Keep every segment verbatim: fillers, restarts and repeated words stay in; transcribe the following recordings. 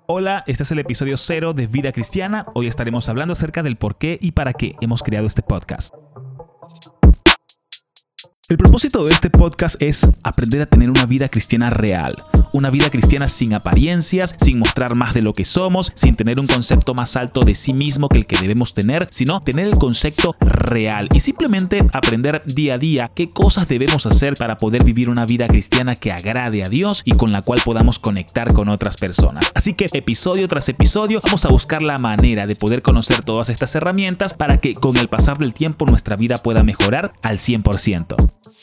Hola, este es el episodio cero de Vida Cristiana. Hoy estaremos hablando acerca del por qué y para qué hemos creado este podcast. El propósito de este podcast es aprender a tener una vida cristiana real. Una vida cristiana sin apariencias, sin mostrar más de lo que somos, sin tener un concepto más alto de sí mismo que el que debemos tener, sino tener el concepto real y simplemente aprender día a día qué cosas debemos hacer para poder vivir una vida cristiana que agrade a Dios y con la cual podamos conectar con otras personas. Así que episodio tras episodio vamos a buscar la manera de poder conocer todas estas herramientas para que con el pasar del tiempo nuestra vida pueda mejorar al cien por ciento.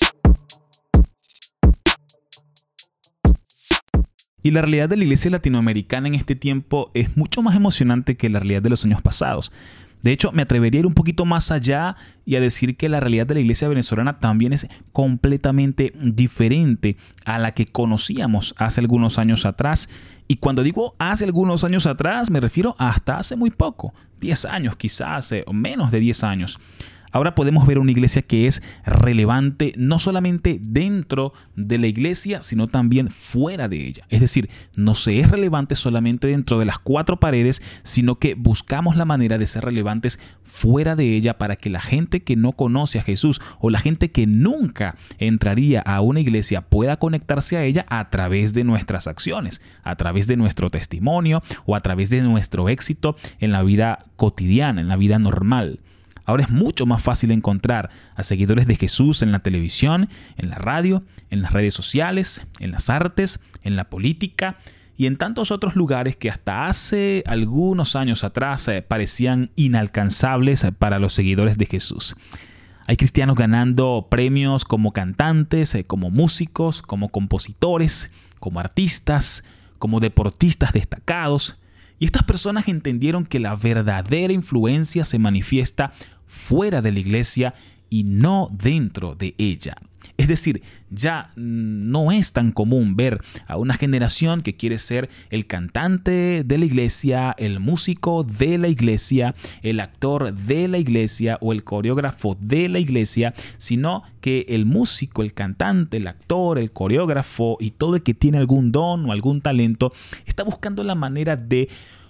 Y la realidad de la iglesia latinoamericana en este tiempo es mucho más emocionante que la realidad de los años pasados. De hecho, me atrevería a ir un poquito más allá y a decir que la realidad de la iglesia venezolana también es completamente diferente a la que conocíamos hace algunos años atrás. Y cuando digo hace algunos años atrás, me refiero a hasta hace muy poco, diez años quizás, o menos de diez años. Ahora podemos ver una iglesia que es relevante no solamente dentro de la iglesia, sino también fuera de ella. Es decir, no se es relevante solamente dentro de las cuatro paredes, sino que buscamos la manera de ser relevantes fuera de ella para que la gente que no conoce a Jesús o la gente que nunca entraría a una iglesia pueda conectarse a ella a través de nuestras acciones, a través de nuestro testimonio o a través de nuestro éxito en la vida cotidiana, en la vida normal. Ahora es mucho más fácil encontrar a seguidores de Jesús en la televisión, en la radio, en las redes sociales, en las artes, en la política y en tantos otros lugares que hasta hace algunos años atrás eh, parecían inalcanzables para los seguidores de Jesús. Hay cristianos ganando premios como cantantes, eh, como músicos, como compositores, como artistas, como deportistas destacados. Y estas personas entendieron que la verdadera influencia se manifiesta fuera de la iglesia y no dentro de ella. Es decir, ya no es tan común ver a una generación que quiere ser el cantante de la iglesia, el músico de la iglesia, el actor de la iglesia o el coreógrafo de la iglesia, sino que el músico, el cantante, el actor, el coreógrafo y todo el que tiene algún don o algún talento está buscando la manera de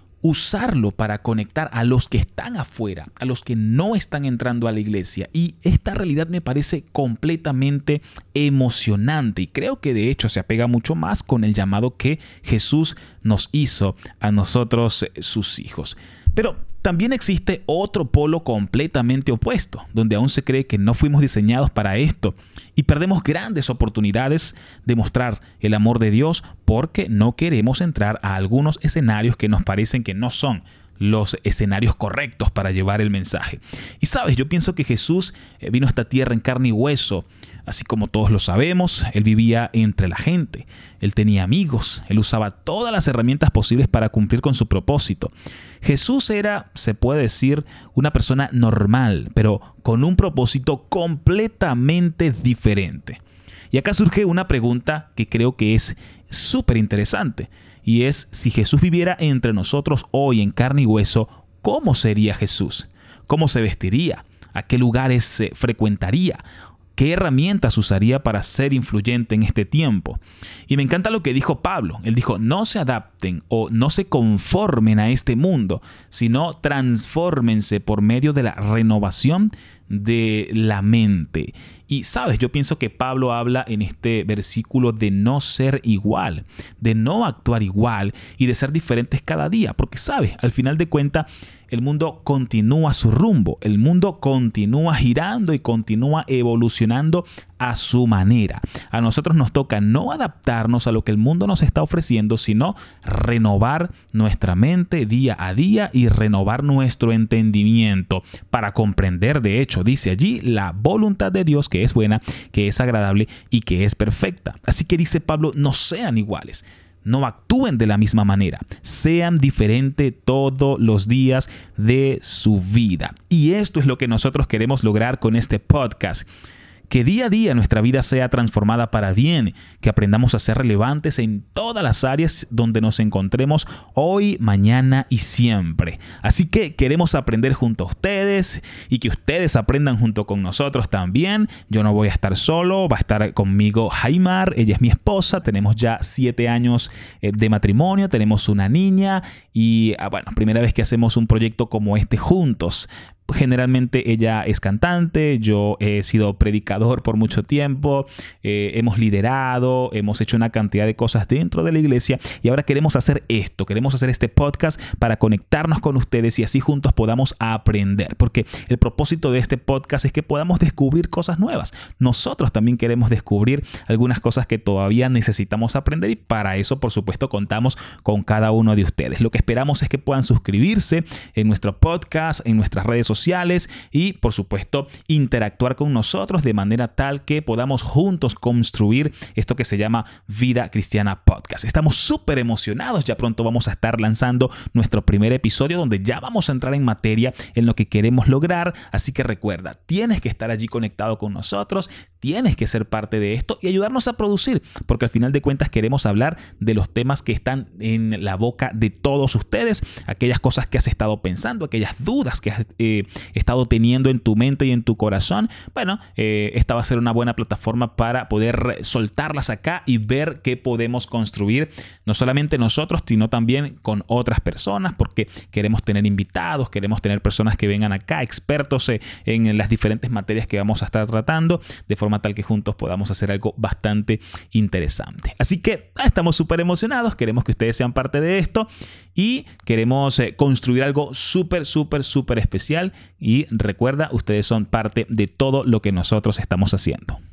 usarlo para conectar a los que están afuera, a los que no están entrando a la iglesia. Y esta realidad me parece completamente emocionante y creo que de hecho se apega mucho más con el llamado que Jesús nos hizo a nosotros, sus hijos. Pero también existe otro polo completamente opuesto, donde aún se cree que no fuimos diseñados para esto y perdemos grandes oportunidades de mostrar el amor de Dios porque no queremos entrar a algunos escenarios que nos parecen que no son los escenarios correctos para llevar el mensaje. Y sabes, yo pienso que Jesús vino a esta tierra en carne y hueso. Así como todos lo sabemos, Él vivía entre la gente, Él tenía amigos, Él usaba todas las herramientas posibles para cumplir con su propósito. Jesús era, se puede decir, una persona normal, pero con un propósito completamente diferente. Y acá surge una pregunta que creo que es súper interesante, y es si Jesús viviera entre nosotros hoy en carne y hueso, ¿cómo sería Jesús? ¿Cómo se vestiría? ¿A qué lugares se frecuentaría? ¿Qué herramientas usaría para ser influyente en este tiempo? Y me encanta lo que dijo Pablo. Él dijo, no se adapten o no se conformen a este mundo, sino transfórmense por medio de la renovación de la mente. Y sabes, yo pienso que Pablo habla en este versículo de no ser igual, de no actuar igual y de ser diferentes cada día. Porque sabes, al final de cuentas, el mundo continúa su rumbo, el mundo continúa girando y continúa evolucionando a su manera. A nosotros nos toca no adaptarnos a lo que el mundo nos está ofreciendo, sino renovar nuestra mente día a día y renovar nuestro entendimiento para comprender, de hecho, dice allí, la voluntad de Dios que es buena, que es agradable y que es perfecta. Así que dice Pablo, no sean iguales. No actúen de la misma manera, sean diferentes todos los días de su vida. Y esto es lo que nosotros queremos lograr con este podcast. que día a día nuestra vida sea transformada para bien, que aprendamos a ser relevantes en todas las áreas donde nos encontremos hoy, mañana y siempre. Así que queremos aprender junto a ustedes y que ustedes aprendan junto con nosotros también. Yo no voy a estar solo, va a estar conmigo Jaimar, ella es mi esposa, tenemos ya siete años de matrimonio, tenemos una niña y bueno, primera vez que hacemos un proyecto como este juntos. Generalmente ella es cantante, yo he sido predicador por mucho tiempo, eh, hemos liderado, hemos hecho una cantidad de cosas dentro de la iglesia y ahora queremos hacer esto, queremos hacer este podcast para conectarnos con ustedes y así juntos podamos aprender, porque el propósito de este podcast es que podamos descubrir cosas nuevas. Nosotros también queremos descubrir algunas cosas que todavía necesitamos aprender y para eso, por supuesto, contamos con cada uno de ustedes. Lo que esperamos es que puedan suscribirse en nuestro podcast, en nuestras redes sociales, sociales y por supuesto interactuar con nosotros de manera tal que podamos juntos construir esto que se llama Vida Cristiana Podcast. Estamos súper emocionados, ya pronto vamos a estar lanzando nuestro primer episodio donde ya vamos a entrar en materia en lo que queremos lograr, así que recuerda, tienes que estar allí conectado con nosotros, tienes que ser parte de esto y ayudarnos a producir, porque al final de cuentas queremos hablar de los temas que están en la boca de todos ustedes, aquellas cosas que has estado pensando, aquellas dudas que has eh, estado teniendo en tu mente y en tu corazón. Bueno, eh, esta va a ser una buena plataforma para poder soltarlas acá y ver qué podemos construir, no solamente nosotros, sino también con otras personas, porque queremos tener invitados, queremos tener personas que vengan acá, expertos eh, en las diferentes materias que vamos a estar tratando, de forma tal que juntos podamos hacer algo bastante interesante. Así que ah, estamos súper emocionados, queremos que ustedes sean parte de esto y queremos eh, construir algo súper, súper, súper especial. Y recuerda, ustedes son parte de todo lo que nosotros estamos haciendo.